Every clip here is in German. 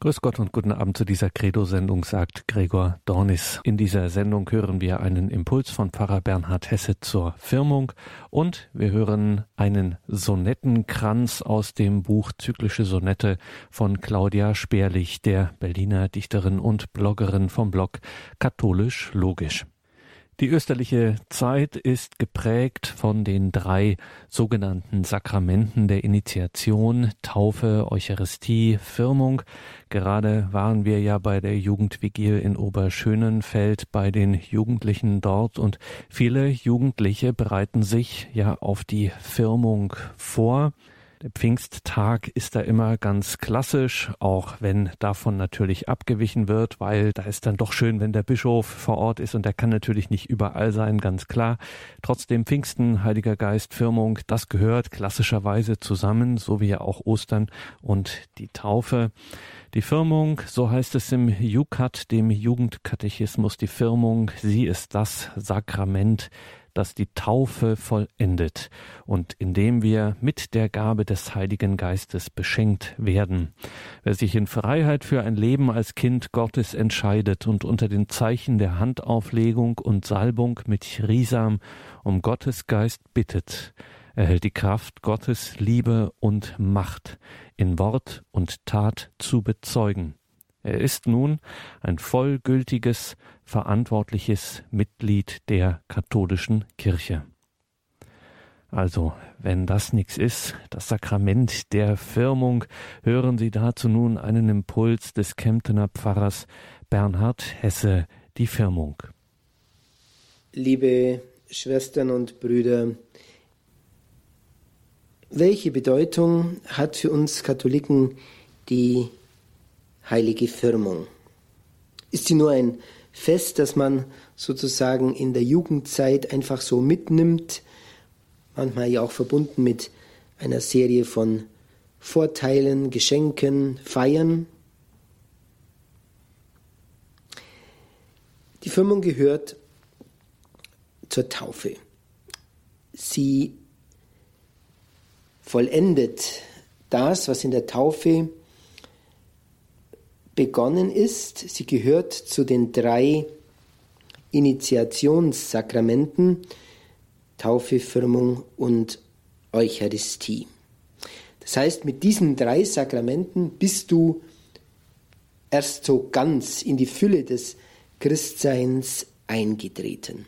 Grüß Gott und guten Abend zu dieser Credo-Sendung, sagt Gregor Dornis. In dieser Sendung hören wir einen Impuls von Pfarrer Bernhard Hesse zur Firmung und wir hören einen Sonettenkranz aus dem Buch Zyklische Sonette von Claudia Sperlich, der Berliner Dichterin und Bloggerin vom Blog Katholisch Logisch. Die österliche Zeit ist geprägt von den 3 sogenannten Sakramenten der Initiation, Taufe, Eucharistie, Firmung. Gerade waren wir ja bei der Jugendvigil in Oberschönenfeld bei den Jugendlichen dort und viele Jugendliche bereiten sich ja auf die Firmung vor. Der Pfingsttag ist da immer ganz klassisch, auch wenn davon natürlich abgewichen wird, weil da ist dann doch schön, wenn der Bischof vor Ort ist und der kann natürlich nicht überall sein, ganz klar. Trotzdem Pfingsten, Heiliger Geist, Firmung, das gehört klassischerweise zusammen, so wie ja auch Ostern und die Taufe. Die Firmung, so heißt es im JUKAT, dem Jugendkatechismus, die Firmung, sie ist das Sakrament, das die Taufe vollendet und indem wir mit der Gabe des Heiligen Geistes beschenkt werden. Wer sich in Freiheit für ein Leben als Kind Gottes entscheidet und unter den Zeichen der Handauflegung und Salbung mit Chirisam um Gottes Geist bittet, erhält die Kraft Gottes Liebe und Macht in Wort und Tat zu bezeugen. Er ist nun ein vollgültiges, verantwortliches Mitglied der katholischen Kirche. Also, wenn das nichts ist, das Sakrament der Firmung, hören Sie dazu nun einen Impuls des Kemptener Pfarrers Bernhard Hesse, die Firmung. Liebe Schwestern und Brüder, welche Bedeutung hat für uns Katholiken die heilige Firmung? Ist sie nur ein Fest, das man sozusagen in der Jugendzeit einfach so mitnimmt, manchmal ja auch verbunden mit einer Serie von Vorteilen, Geschenken, Feiern? Die Firmung gehört zur Taufe. Sie vollendet das, was in der Taufe begonnen ist. Sie gehört zu den 3 Initiationssakramenten, Taufe, Firmung und Eucharistie. Das heißt, mit diesen 3 Sakramenten bist du erst so ganz in die Fülle des Christseins eingetreten.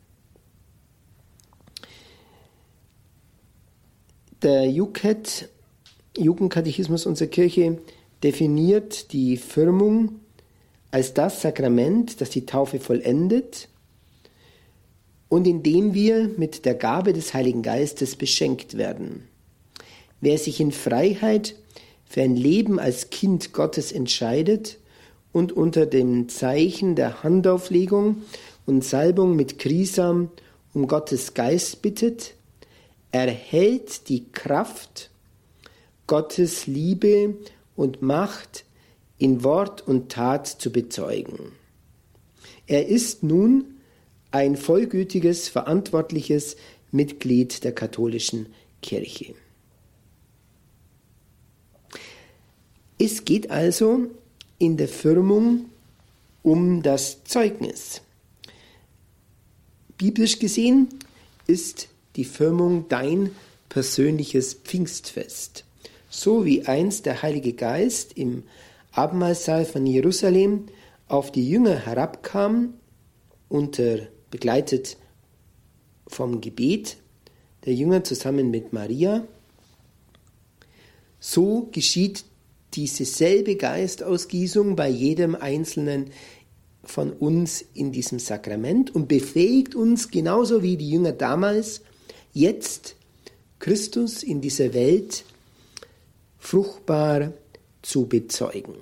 Der JUKAT, Jugendkatechismus unserer Kirche, definiert die Firmung als das Sakrament, das die Taufe vollendet und in dem wir mit der Gabe des Heiligen Geistes beschenkt werden. Wer sich in Freiheit für ein Leben als Kind Gottes entscheidet und unter dem Zeichen der Handauflegung und Salbung mit Chirisam um Gottes Geist bittet, erhält die Kraft, Gottes Liebe und Macht in Wort und Tat zu bezeugen. Er ist nun ein vollgültiges, verantwortliches Mitglied der katholischen Kirche. Es geht also in der Firmung um das Zeugnis. Biblisch gesehen ist die Firmung dein persönliches Pfingstfest. So wie einst der Heilige Geist im Abendmahlsaal von Jerusalem auf die Jünger herabkam, begleitet vom Gebet der Jünger zusammen mit Maria, so geschieht diese selbe Geistausgießung bei jedem Einzelnen von uns in diesem Sakrament und befähigt uns, genauso wie die Jünger damals, jetzt Christus in dieser Welt fruchtbar zu bezeugen.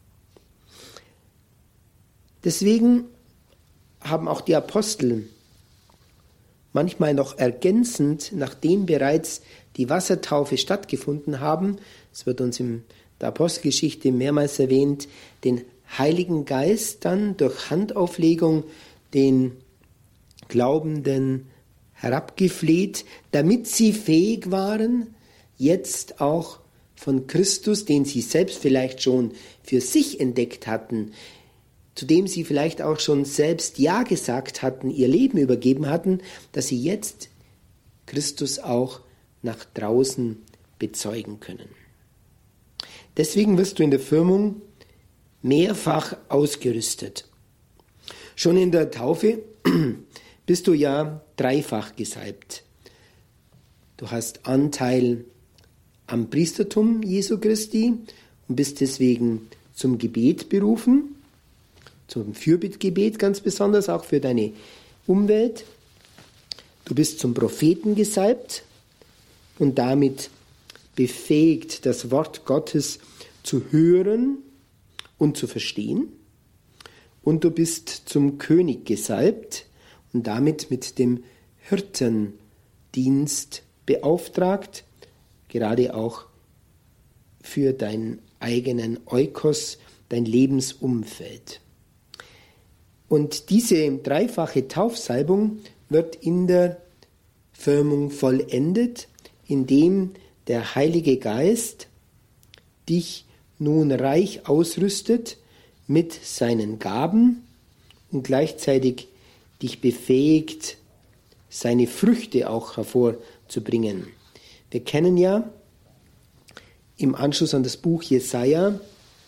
Deswegen haben auch die Apostel manchmal noch ergänzend, nachdem bereits die Wassertaufe stattgefunden haben, es wird uns in der Apostelgeschichte mehrmals erwähnt, den Heiligen Geist dann durch Handauflegung den Glaubenden herabgefleht, damit sie fähig waren, jetzt auch von Christus, den sie selbst vielleicht schon für sich entdeckt hatten, zu dem sie vielleicht auch schon selbst Ja gesagt hatten, ihr Leben übergeben hatten, dass sie jetzt Christus auch nach draußen bezeugen können. Deswegen wirst du in der Firmung mehrfach ausgerüstet. Schon in der Taufe bist du ja dreifach gesalbt. Du hast Anteil am Priestertum Jesu Christi und bist deswegen zum Gebet berufen, zum Fürbittgebet ganz besonders, auch für deine Umwelt. Du bist zum Propheten gesalbt und damit befähigt, das Wort Gottes zu hören und zu verstehen. Und du bist zum König gesalbt und damit mit dem Hirtendienst beauftragt, gerade auch für deinen eigenen Oikos, dein Lebensumfeld. Und diese dreifache Taufsalbung wird in der Firmung vollendet, indem der Heilige Geist dich nun reich ausrüstet mit seinen Gaben und gleichzeitig dich befähigt, seine Früchte auch hervorzubringen. Wir kennen ja im Anschluss an das Buch Jesaja,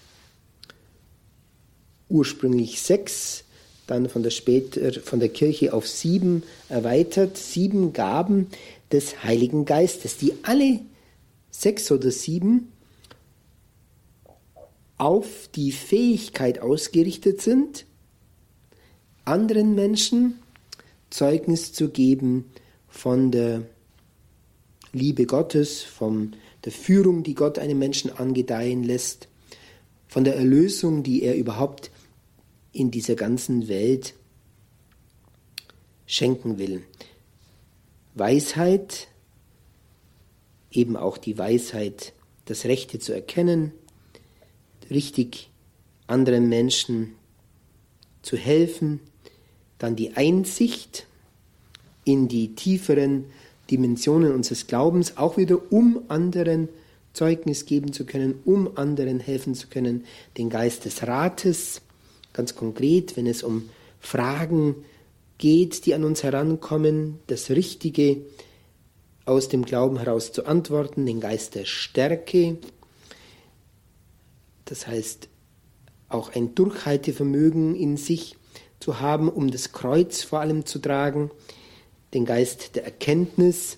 ursprünglich 6, dann von der Kirche auf 7 erweitert, 7 Gaben des Heiligen Geistes, die alle 6 oder 7 auf die Fähigkeit ausgerichtet sind, anderen Menschen Zeugnis zu geben von der Liebe Gottes, von der Führung, die Gott einem Menschen angedeihen lässt, von der Erlösung, die er überhaupt in dieser ganzen Welt schenken will. Weisheit, eben auch die Weisheit, das Rechte zu erkennen, richtig anderen Menschen zu helfen, dann die Einsicht in die tieferen Dimensionen unseres Glaubens, auch wieder um anderen Zeugnis geben zu können, um anderen helfen zu können, den Geist des Rates, ganz konkret, wenn es um Fragen geht, die an uns herankommen, das Richtige aus dem Glauben heraus zu antworten, den Geist der Stärke, das heißt auch ein Durchhaltevermögen in sich zu haben, um das Kreuz vor allem zu tragen, den Geist der Erkenntnis,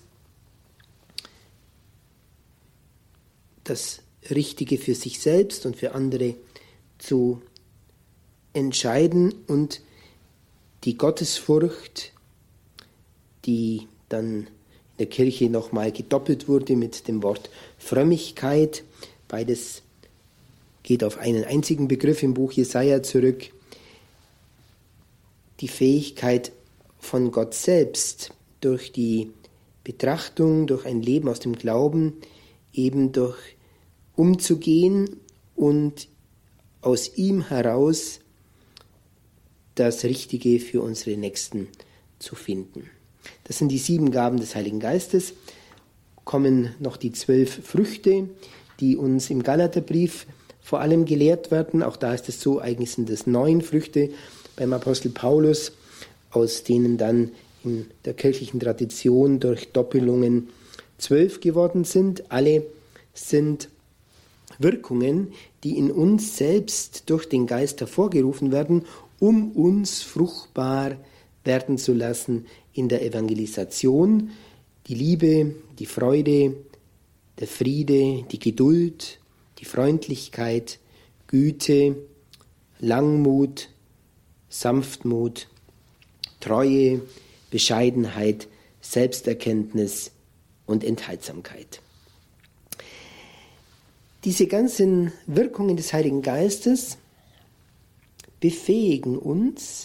das Richtige für sich selbst und für andere zu entscheiden und die Gottesfurcht, die dann in der Kirche nochmal gedoppelt wurde mit dem Wort Frömmigkeit. Beides geht auf einen einzigen Begriff im Buch Jesaja zurück. Die Fähigkeit von Gott selbst durch die Betrachtung, durch ein Leben aus dem Glauben, eben durch umzugehen und aus ihm heraus das Richtige für unsere Nächsten zu finden. Das sind die 7 Gaben des Heiligen Geistes. Kommen noch die 12 Früchte, die uns im Galaterbrief vor allem gelehrt werden. Auch da ist es so, eigentlich sind es 9 Früchte beim Apostel Paulus, aus denen dann in der kirchlichen Tradition durch Doppelungen 12 geworden sind. Alle sind Wirkungen, die in uns selbst durch den Geist hervorgerufen werden, um uns fruchtbar werden zu lassen in der Evangelisation. Die Liebe, die Freude, der Friede, die Geduld, die Freundlichkeit, Güte, Langmut, Sanftmut, Treue, Bescheidenheit, Selbsterkenntnis und Enthaltsamkeit. Diese ganzen Wirkungen des Heiligen Geistes befähigen uns,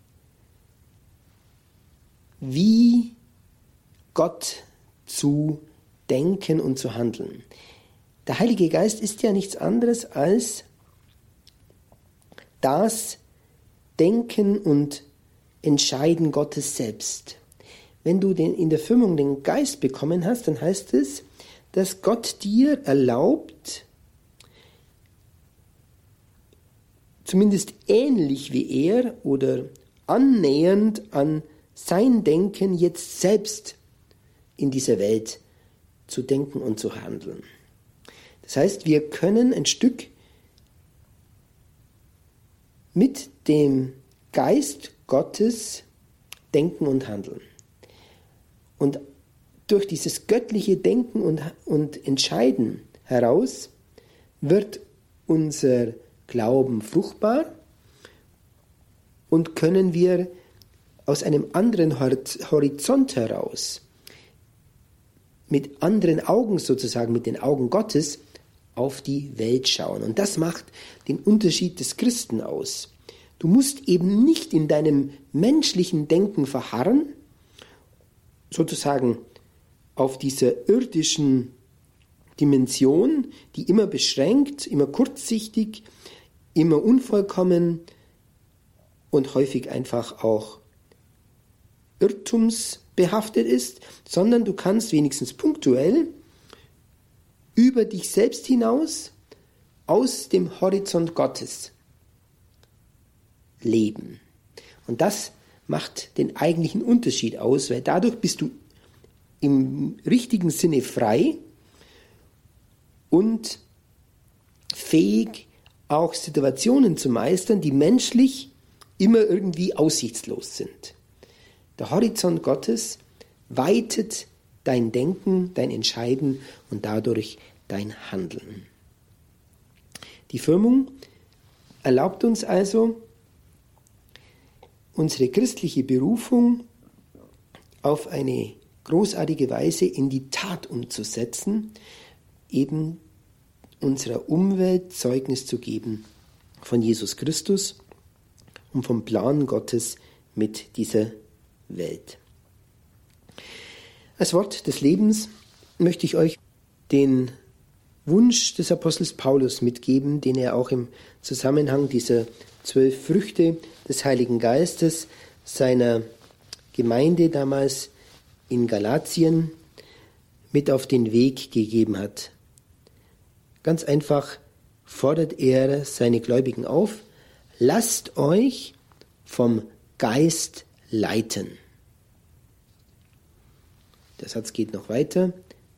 wie Gott zu denken und zu handeln. Der Heilige Geist ist ja nichts anderes als das Denken und Entscheiden Gottes selbst. Wenn du in der Firmung den Geist bekommen hast, dann heißt es, dass Gott dir erlaubt, zumindest ähnlich wie er oder annähernd an sein Denken jetzt selbst in dieser Welt zu denken und zu handeln. Das heißt, wir können ein Stück mit dem Geist Gottes denken und handeln. Und durch dieses göttliche Denken und Entscheiden heraus wird unser Glauben fruchtbar und können wir aus einem anderen Horizont heraus, mit anderen Augen sozusagen, mit den Augen Gottes, auf die Welt schauen. Und das macht den Unterschied des Christen aus. Du musst eben nicht in deinem menschlichen Denken verharren, sozusagen auf dieser irdischen Dimension, die immer beschränkt, immer kurzsichtig, immer unvollkommen und häufig einfach auch irrtumsbehaftet ist, sondern du kannst wenigstens punktuell über dich selbst hinaus aus dem Horizont Gottes leben. Und das macht den eigentlichen Unterschied aus, weil dadurch bist du im richtigen Sinne frei und fähig, auch Situationen zu meistern, die menschlich immer irgendwie aussichtslos sind. Der Horizont Gottes weitet dein Denken, dein Entscheiden und dadurch dein Handeln. Die Firmung erlaubt uns also, unsere christliche Berufung auf eine großartige Weise in die Tat umzusetzen, eben unserer Umwelt Zeugnis zu geben von Jesus Christus und vom Plan Gottes mit dieser Welt. Als Wort des Lebens möchte ich euch den Wunsch des Apostels Paulus mitgeben, den er auch im Zusammenhang dieser 12 Früchte des Heiligen Geistes seiner Gemeinde damals in Galatien mit auf den Weg gegeben hat. Ganz einfach fordert er seine Gläubigen auf: Lasst euch vom Geist leiten. Der Satz geht noch weiter.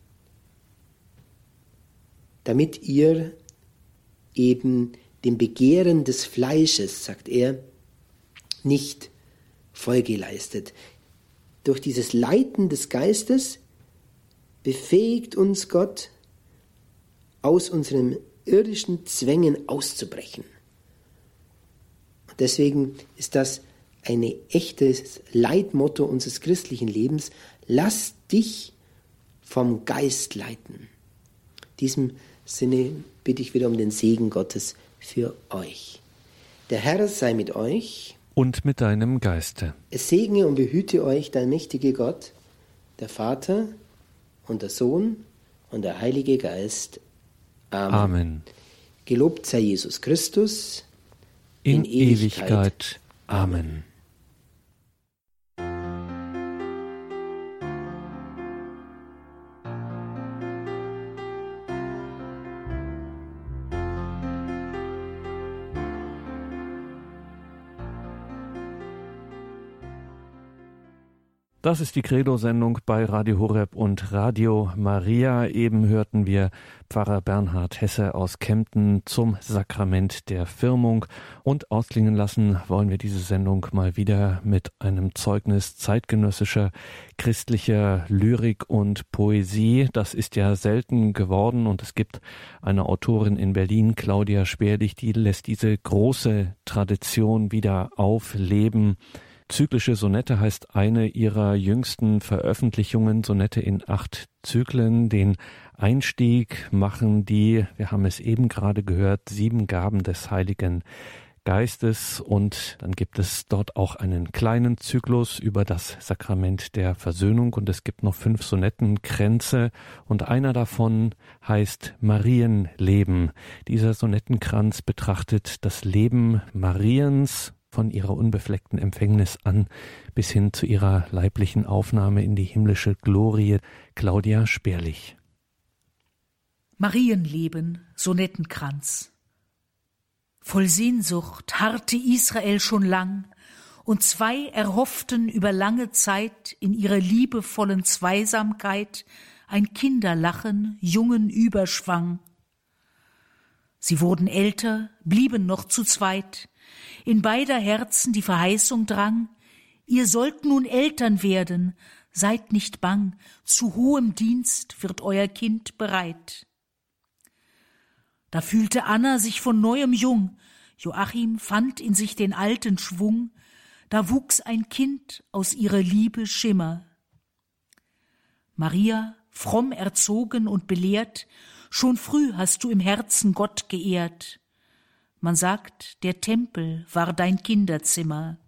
Damit ihr eben dem Begehren des Fleisches, sagt er, nicht Folge leistet. Durch dieses Leiten des Geistes befähigt uns Gott, aus unseren irdischen Zwängen auszubrechen. Und deswegen ist das ein echtes Leitmotto unseres christlichen Lebens: Lass dich vom Geist leiten. In diesem Sinne bitte ich wieder um den Segen Gottes für euch. Der Herr sei mit euch. Und mit deinem Geiste. Es segne und behüte euch der mächtige Gott, der Vater und der Sohn und der Heilige Geist. Amen. Amen. Gelobt sei Jesus Christus in Ewigkeit. Amen. Das ist die Credo-Sendung bei Radio Horeb und Radio Maria. Eben hörten wir Pfarrer Bernhard Hesse aus Kempten zum Sakrament der Firmung. Und ausklingen lassen wollen wir diese Sendung mal wieder mit einem Zeugnis zeitgenössischer christlicher Lyrik und Poesie. Das ist ja selten geworden und es gibt eine Autorin in Berlin, Claudia Sperlich, die lässt diese große Tradition wieder aufleben. Zyklische Sonette heißt eine ihrer jüngsten Veröffentlichungen, Sonette in 8 Zyklen. Den Einstieg machen die, wir haben es eben gerade gehört, 7 Gaben des Heiligen Geistes, und dann gibt es dort auch einen kleinen Zyklus über das Sakrament der Versöhnung und es gibt noch 5 Sonettenkränze und einer davon heißt Marienleben. Dieser Sonettenkranz betrachtet das Leben Mariens von ihrer unbefleckten Empfängnis an bis hin zu ihrer leiblichen Aufnahme in die himmlische Glorie. Claudia Sperlich. Marienleben, Sonettenkranz. Voll Sehnsucht harrte Israel schon lang, und zwei erhofften über lange Zeit in ihrer liebevollen Zweisamkeit ein Kinderlachen jungen Überschwang. Sie wurden älter, blieben noch zu zweit, in beider Herzen die Verheißung drang, ihr sollt nun Eltern werden, seid nicht bang, zu hohem Dienst wird euer Kind bereit. Da fühlte Anna sich von neuem jung, Joachim fand in sich den alten Schwung, da wuchs ein Kind aus ihrer Liebe Schimmer. Maria, fromm erzogen und belehrt, schon früh hast du im Herzen Gott geehrt. Man sagt, der Tempel war dein Kinderzimmer.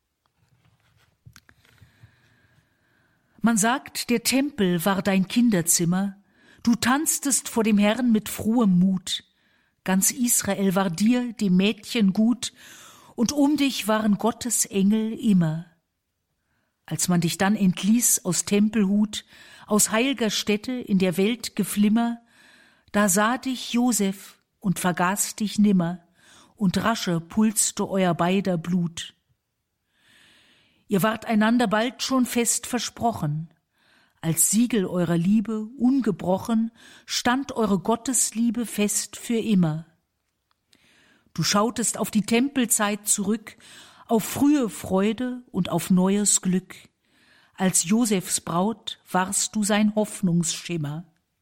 Man sagt, der Tempel war dein Kinderzimmer, du tanztest vor dem Herrn mit frohem Mut. Ganz Israel war dir, dem Mädchen, gut, und um dich waren Gottes Engel immer. Als man dich dann entließ aus Tempelhut, aus heilger Stätte in der Welt Geflimmer, da sah dich Josef und vergaß dich nimmer, und rascher pulste euer beider Blut. Ihr wart einander bald schon fest versprochen, als Siegel eurer Liebe ungebrochen stand eure Gottesliebe fest für immer. Du schautest auf die Tempelzeit zurück, auf frühe Freude und auf neues Glück. Als Josefs Braut warst du sein Hoffnungsschimmer.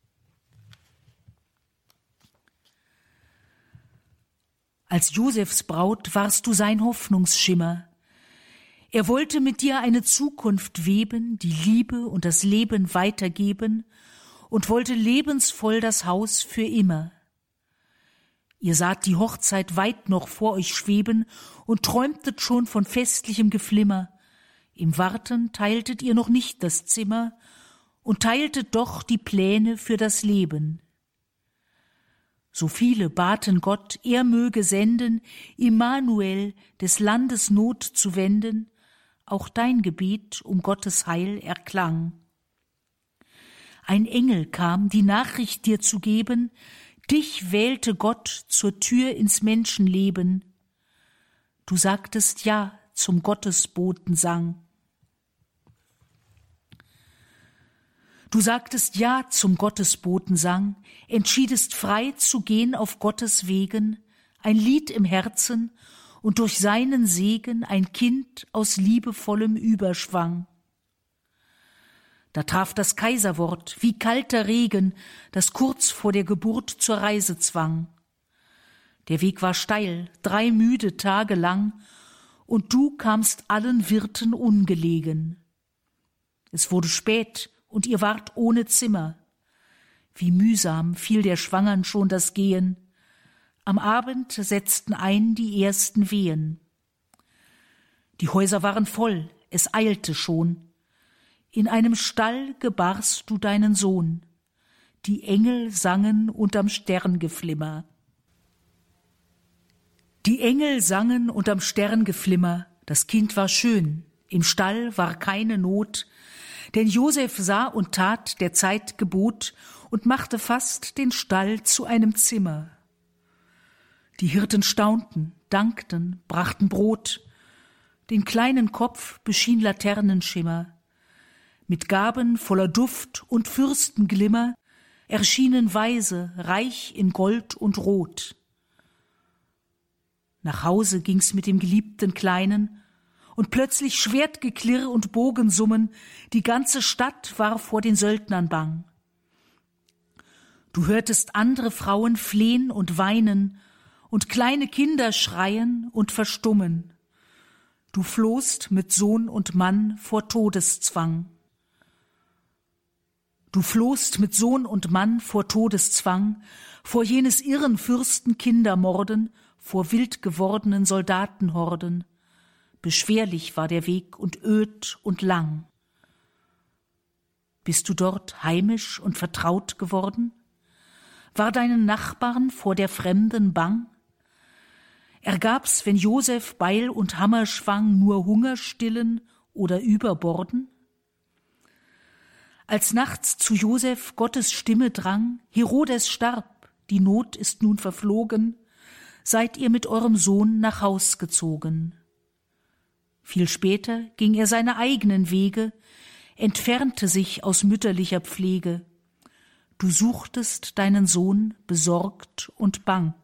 Als Josefs Braut warst du sein Hoffnungsschimmer. Er wollte mit dir eine Zukunft weben, die Liebe und das Leben weitergeben und wollte lebensvoll das Haus für immer. Ihr saht die Hochzeit weit noch vor euch schweben und träumtet schon von festlichem Geflimmer. Im Warten teiltet ihr noch nicht das Zimmer und teiltet doch die Pläne für das Leben. So viele baten Gott, er möge senden, Immanuel des Landes Not zu wenden, auch dein Gebet um Gottes Heil erklang. Ein Engel kam, die Nachricht dir zu geben, dich wählte Gott zur Tür ins Menschenleben. Du sagtest Ja zum Gottesbotensang. Du sagtest Ja zum Gottesbotensang, entschiedest frei zu gehen auf Gottes Wegen, ein Lied im Herzen und durch seinen Segen ein Kind aus liebevollem Überschwang. Da traf das Kaiserwort wie kalter Regen, das kurz vor der Geburt zur Reise zwang. Der Weg war steil, 3 müde Tage lang, und du kamst allen Wirten ungelegen. Es wurde spät, und ihr wart ohne Zimmer. Wie mühsam fiel der Schwangern schon das Gehen. Am Abend setzten ein die ersten Wehen. Die Häuser waren voll, es eilte schon. In einem Stall gebarst du deinen Sohn. Die Engel sangen unterm Sterngeflimmer. Die Engel sangen unterm Sterngeflimmer. Das Kind war schön, im Stall war keine Not, denn Josef sah und tat der Zeit Gebot und machte fast den Stall zu einem Zimmer. Die Hirten staunten, dankten, brachten Brot. Den kleinen Kopf beschien Laternenschimmer. Mit Gaben voller Duft und Fürstenglimmer erschienen Weise, reich in Gold und Rot. Nach Hause ging's mit dem geliebten Kleinen, und plötzlich Schwertgeklirr und Bogensummen, die ganze Stadt war vor den Söldnern bang. Du hörtest andere Frauen flehen und weinen, und kleine Kinder schreien und verstummen. Du flohst mit Sohn und Mann vor Todeszwang. Du flohst mit Sohn und Mann vor Todeszwang, vor jenes irren Fürsten Kindermorden, vor wild gewordenen Soldatenhorden. Beschwerlich war der Weg und öd und lang. Bist du dort heimisch und vertraut geworden? War deinen Nachbarn vor der Fremden bang? Ergab's, wenn Josef Beil und Hammer schwang, nur Hunger stillen oder überborden? Als nachts zu Josef Gottes Stimme drang, Herodes starb, die Not ist nun verflogen, seid ihr mit eurem Sohn nach Haus gezogen. Viel später ging er seine eigenen Wege, entfernte sich aus mütterlicher Pflege. Du suchtest deinen Sohn besorgt und bang.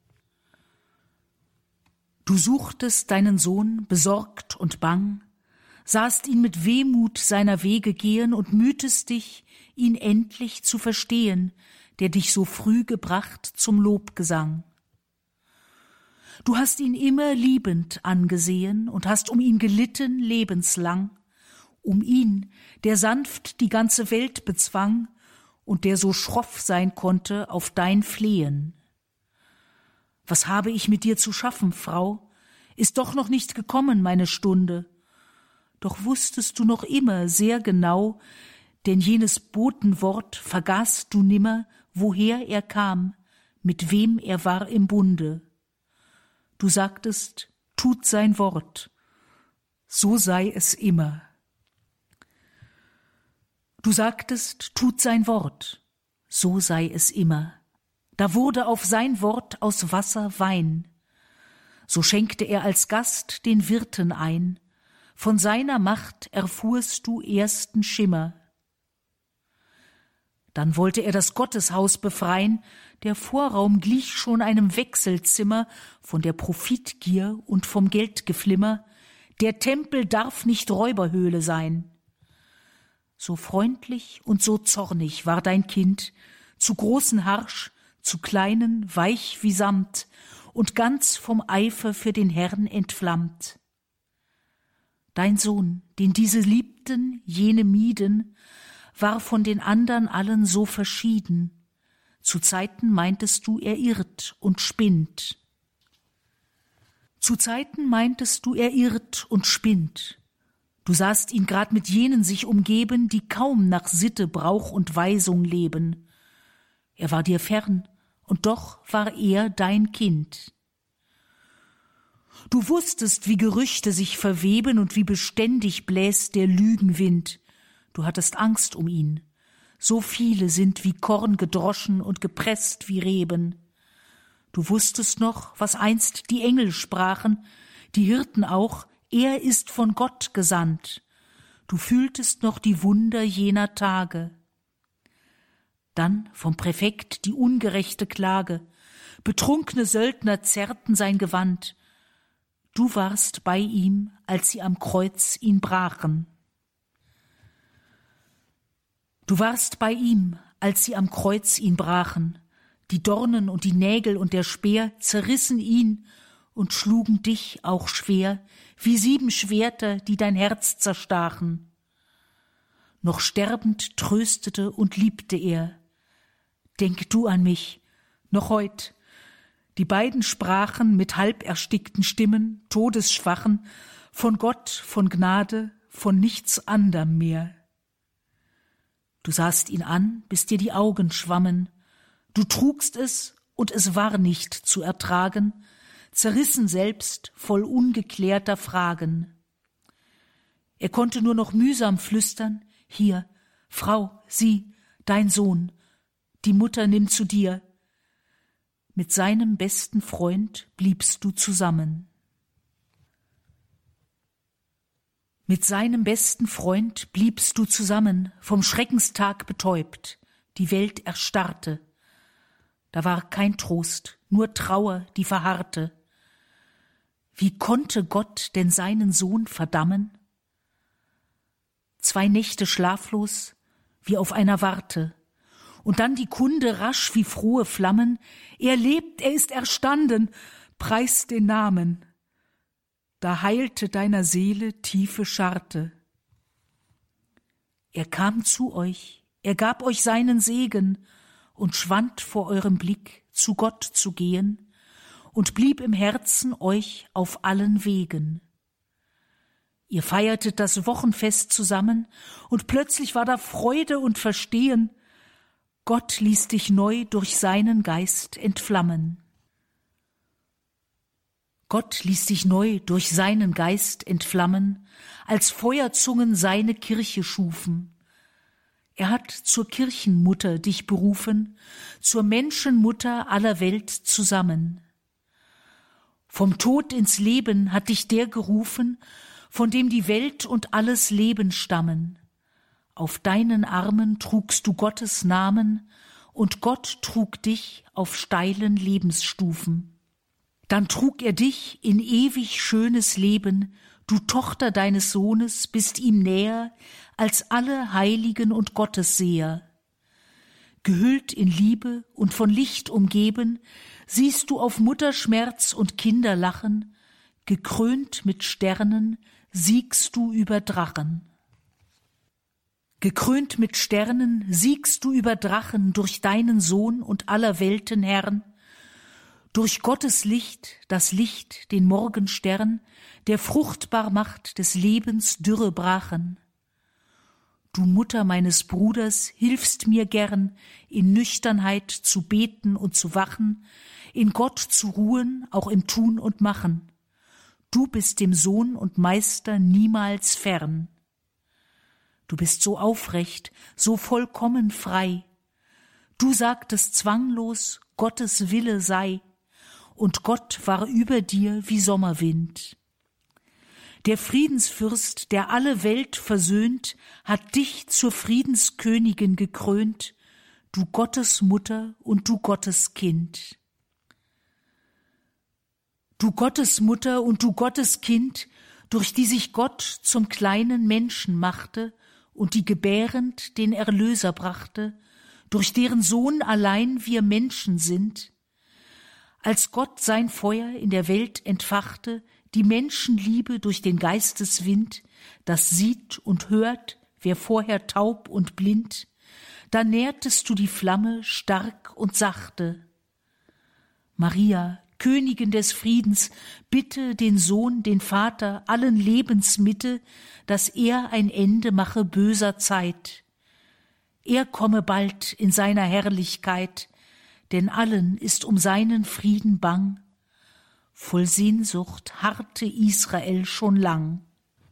Du suchtest deinen Sohn besorgt und bang, sahst ihn mit Wehmut seiner Wege gehen und mühtest dich, ihn endlich zu verstehen, der dich so früh gebracht zum Lobgesang. Du hast ihn immer liebend angesehen und hast um ihn gelitten lebenslang, um ihn, der sanft die ganze Welt bezwang und der so schroff sein konnte auf dein Flehen. Was habe ich mit dir zu schaffen, Frau? Ist doch noch nicht gekommen meine Stunde. Doch wusstest du noch immer sehr genau, denn jenes Botenwort vergaßt du nimmer, woher er kam, mit wem er war im Bunde. Du sagtest, tut sein Wort, so sei es immer. Du sagtest, tut sein Wort, so sei es immer. Da wurde auf sein Wort aus Wasser Wein. So schenkte er als Gast den Wirten ein. Von seiner Macht erfuhrst du ersten Schimmer. Dann wollte er das Gotteshaus befreien, der Vorraum glich schon einem Wechselzimmer von der Profitgier und vom Geldgeflimmer. Der Tempel darf nicht Räuberhöhle sein. So freundlich und so zornig war dein Kind, zu großen harsch, zu kleinen weich wie Samt und ganz vom Eifer für den Herrn entflammt. Dein Sohn, den diese liebten, jene mieden, war von den andern allen so verschieden. Zu Zeiten meintest du, er irrt und spinnt. Zu Zeiten meintest du, er irrt und spinnt. Du sahst ihn grad mit jenen sich umgeben, die kaum nach Sitte, Brauch und Weisung leben. Er war dir fern, und doch war er dein Kind. Du wusstest, wie Gerüchte sich verweben und wie beständig bläst der Lügenwind. Du hattest Angst um ihn. So viele sind wie Korn gedroschen und gepresst wie Reben. Du wusstest noch, was einst die Engel sprachen, die Hirten auch, er ist von Gott gesandt. Du fühltest noch die Wunder jener Tage. Dann vom Präfekt die ungerechte Klage. Betrunkene Söldner zerrten sein Gewand. Du warst bei ihm, als sie am Kreuz ihn brachen. Du warst bei ihm, als sie am Kreuz ihn brachen. Die Dornen und die Nägel und der Speer zerrissen ihn und schlugen dich auch schwer, wie 7 Schwerter, die dein Herz zerstachen. Noch sterbend tröstete und liebte er. Denk du an mich, noch heut. Die beiden sprachen mit halb erstickten Stimmen, todesschwachen, von Gott, von Gnade, von nichts anderm mehr. Du sahst ihn an, bis dir die Augen schwammen. Du trugst es, und es war nicht zu ertragen, zerrissen selbst, voll ungeklärter Fragen. Er konnte nur noch mühsam flüstern, hier, Frau, sieh, dein Sohn, die Mutter nimm zu dir. Mit seinem besten Freund bliebst du zusammen. Mit seinem besten Freund bliebst du zusammen, vom Schreckenstag betäubt, die Welt erstarrte. Da war kein Trost, nur Trauer, die verharrte. Wie konnte Gott denn seinen Sohn verdammen? 2 Nächte schlaflos, wie auf einer Warte, und dann die Kunde rasch wie frohe Flammen, er lebt, er ist erstanden, preis den Namen. Da heilte deiner Seele tiefe Scharte. Er kam zu euch, er gab euch seinen Segen und schwand vor eurem Blick, zu Gott zu gehen, und blieb im Herzen euch auf allen Wegen. Ihr feiertet das Wochenfest zusammen, und plötzlich war da Freude und Verstehen. Gott ließ dich neu durch seinen Geist entflammen. Gott ließ dich neu durch seinen Geist entflammen, als Feuerzungen seine Kirche schufen. Er hat zur Kirchenmutter dich berufen, zur Menschenmutter aller Welt zusammen. Vom Tod ins Leben hat dich der gerufen, von dem die Welt und alles Leben stammen. Auf deinen Armen trugst du Gottes Namen, und Gott trug dich auf steilen Lebensstufen. Dann trug er dich in ewig schönes Leben, du Tochter deines Sohnes bist ihm näher als alle Heiligen und Gottesseher. Gehüllt in Liebe und von Licht umgeben, siehst du auf Mutterschmerz und Kinderlachen, gekrönt mit Sternen siegst du über Drachen. Gekrönt mit Sternen siegst du über Drachen durch deinen Sohn und aller Welten Herrn, durch Gottes Licht, das Licht, den Morgenstern, der fruchtbar macht des Lebens dürre Brachen. Du Mutter meines Bruders, hilfst mir gern, in Nüchternheit zu beten und zu wachen, in Gott zu ruhen, auch im Tun und Machen. Du bist dem Sohn und Meister niemals fern. Du bist so aufrecht, so vollkommen frei. Du sagtest zwanglos, Gottes Wille sei, und Gott war über dir wie Sommerwind. Der Friedensfürst, der alle Welt versöhnt, hat dich zur Friedenskönigin gekrönt, du Gottes Mutter und du Gottes Kind. Du Gottes Mutter und du Gottes Kind, durch die sich Gott zum kleinen Menschen machte und die gebärend den Erlöser brachte, durch deren Sohn allein wir Menschen sind. Als Gott sein Feuer in der Welt entfachte, die Menschenliebe durch den Geisteswind, das sieht und hört, wer vorher taub und blind, da nährtest du die Flamme stark und sachte. Maria, Königin des Friedens, bitte den Sohn, den Vater, allen Lebensmitte, dass er ein Ende mache böser Zeit. Er komme bald in seiner Herrlichkeit, denn allen ist um seinen Frieden bang. Voll Sehnsucht harrte Israel schon lang.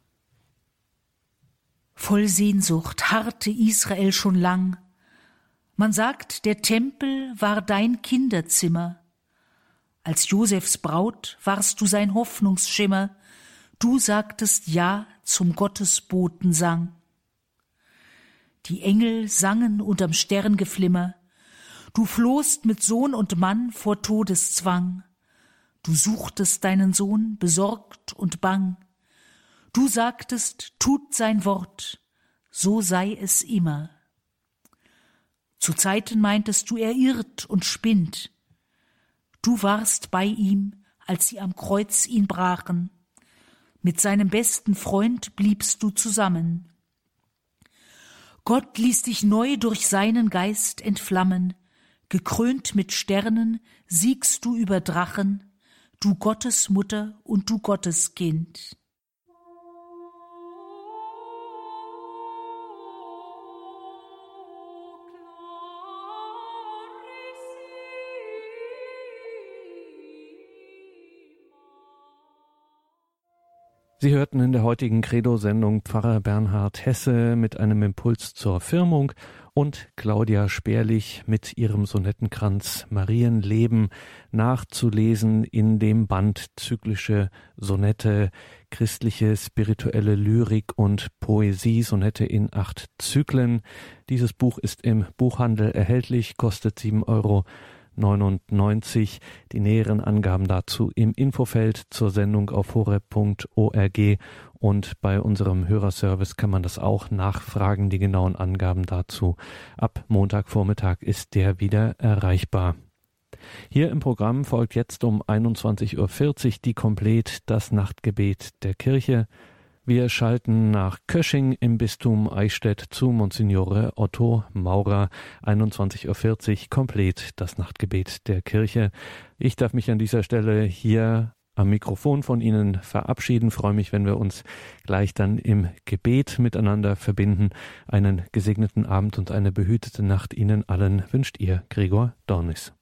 Voll Sehnsucht harrte Israel schon lang. Man sagt, der Tempel war dein Kinderzimmer. Als Josefs Braut warst du sein Hoffnungsschimmer. Du sagtest Ja zum Gottesbotensang. Die Engel sangen unterm Sterngeflimmer. Du flohst mit Sohn und Mann vor Todeszwang. Du suchtest deinen Sohn besorgt und bang. Du sagtest, tut sein Wort, so sei es immer. Zu Zeiten meintest du, er irrt und spinnt. Du warst bei ihm, als sie am Kreuz ihn brachen. Mit seinem besten Freund bliebst du zusammen. Gott ließ dich neu durch seinen Geist entflammen. Gekrönt mit Sternen siegst du über Drachen, du Gottes Mutter und du Gottes Kind. Sie hörten in der heutigen Credo-Sendung Pfarrer Bernhard Hesse mit einem Impuls zur Firmung und Claudia Sperlich mit ihrem Sonettenkranz Marienleben nachzulesen in dem Band Zyklische Sonette, christliche spirituelle Lyrik und Poesie, Sonette in 8 Zyklen. Dieses Buch ist im Buchhandel erhältlich, kostet 7,99 €. Die näheren Angaben dazu im Infofeld zur Sendung auf horeb.org, und bei unserem Hörerservice kann man das auch nachfragen. Die genauen Angaben dazu ab Montagvormittag ist der wieder erreichbar. Hier im Programm folgt jetzt um 21:40 Uhr die Komplett, das Nachtgebet der Kirche. Wir schalten nach Kösching im Bistum Eichstätt zu Monsignore Otto Maurer. 21:40 Uhr komplett das Nachtgebet der Kirche. Ich darf mich an dieser Stelle hier am Mikrofon von Ihnen verabschieden. Freue mich, wenn wir uns gleich dann im Gebet miteinander verbinden. Einen gesegneten Abend und eine behütete Nacht Ihnen allen wünscht Ihr Gregor Dornis.